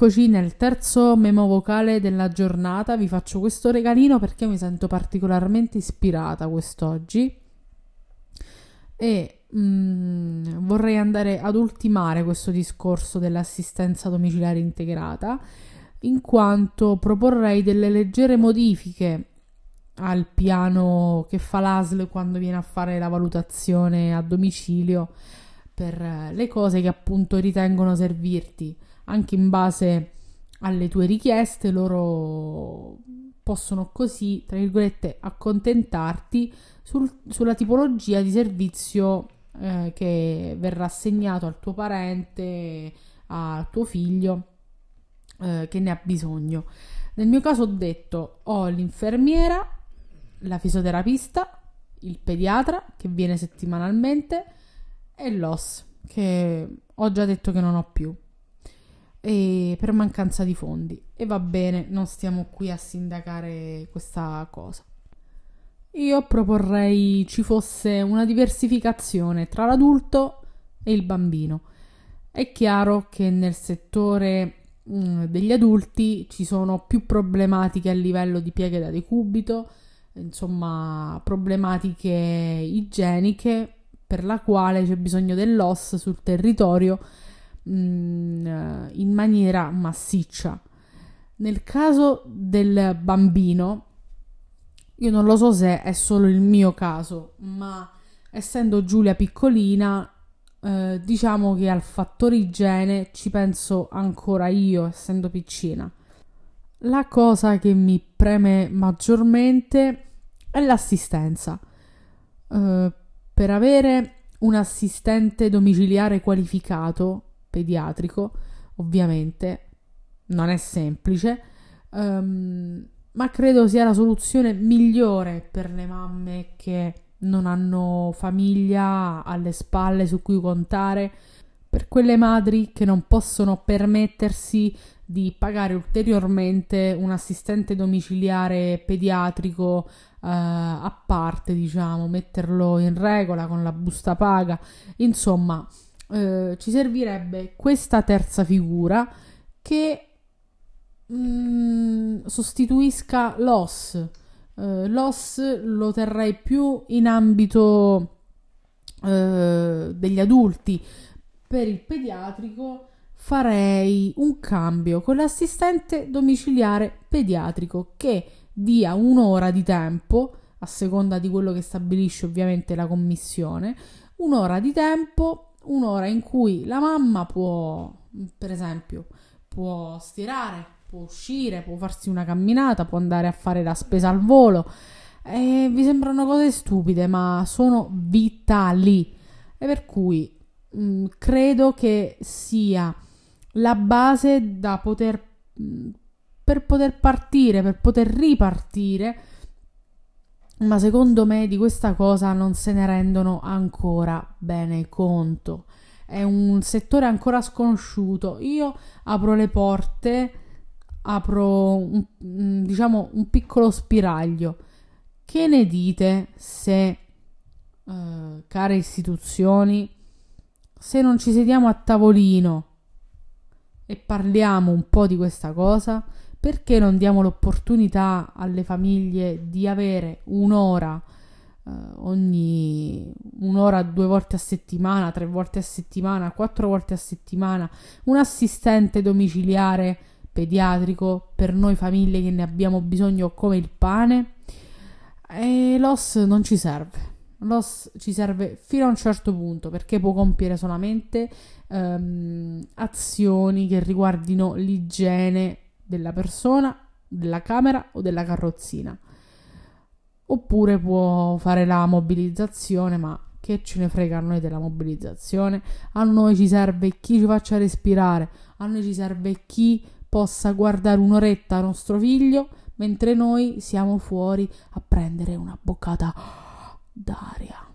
eccoci nel terzo memo vocale della giornata. Vi faccio questo regalino perché mi sento particolarmente ispirata quest'oggi e vorrei andare ad ultimare questo discorso dell'assistenza domiciliare integrata, in quanto proporrei delle leggere modifiche al piano che fa l'ASL quando viene a fare la valutazione a domicilio per le cose che appunto ritengono servirti. Anche in base alle tue richieste, loro possono così, tra virgolette, accontentarti sulla tipologia di servizio che verrà assegnato al tuo parente, al tuo figlio che ne ha bisogno. Nel mio caso ho detto, ho l'infermiera, la fisioterapista, il pediatra che viene settimanalmente e l'OS che ho già detto che non ho più, e per mancanza di fondi, e va bene, non stiamo qui a sindacare questa cosa. Io proporrei ci fosse una diversificazione tra l'adulto e il bambino. È chiaro che nel settore degli adulti ci sono più problematiche a livello di pieghe da decubito, insomma problematiche igieniche, per la quale c'è bisogno dell'OS sul territorio in maniera massiccia. Nel caso del bambino, io non lo so se è solo il mio caso, ma essendo Giulia piccolina, diciamo che al fattore igiene ci penso ancora io, essendo piccina. La cosa che mi preme maggiormente è l'assistenza. Per avere un assistente domiciliare qualificato pediatrico, ovviamente non è semplice, ma credo sia la soluzione migliore per le mamme che non hanno famiglia alle spalle su cui contare, per quelle madri che non possono permettersi di pagare ulteriormente un assistente domiciliare pediatrico a parte, diciamo, metterlo in regola con la busta paga. Insomma, ci servirebbe questa terza figura che sostituisca l'OS. L'OS lo terrei più in ambito degli adulti. Per il pediatrico farei un cambio con l'assistente domiciliare pediatrico che dia un'ora di tempo, a seconda di quello che stabilisce ovviamente la commissione, un'ora di tempo, un'ora in cui la mamma può, per esempio, può stirare, può uscire, può farsi una camminata, può andare a fare la spesa al volo. Vi sembrano cose stupide, ma sono vitali, e per cui credo che sia la base da per poter partire, per poter ripartire, ma secondo me di questa cosa non se ne rendono ancora bene conto. È un settore ancora sconosciuto. Io apro le porte, apro un piccolo spiraglio. Che ne dite se, care istituzioni, se non ci sediamo a tavolino e parliamo un po' di questa cosa? Perché non diamo l'opportunità alle famiglie di avere un'ora, un'ora 2 volte a settimana, 3 volte a settimana, 4 volte a settimana, un assistente domiciliare pediatrico per noi famiglie che ne abbiamo bisogno come il pane? E l'OS non ci serve. L'OS ci serve fino a un certo punto, perché può compiere solamente azioni che riguardino l'igiene della persona, della camera o della carrozzina. Oppure può fare la mobilizzazione, ma che ce ne frega a noi della mobilizzazione? A noi ci serve chi ci faccia respirare, a noi ci serve chi possa guardare un'oretta a nostro figlio mentre noi siamo fuori a prendere una boccata d'aria.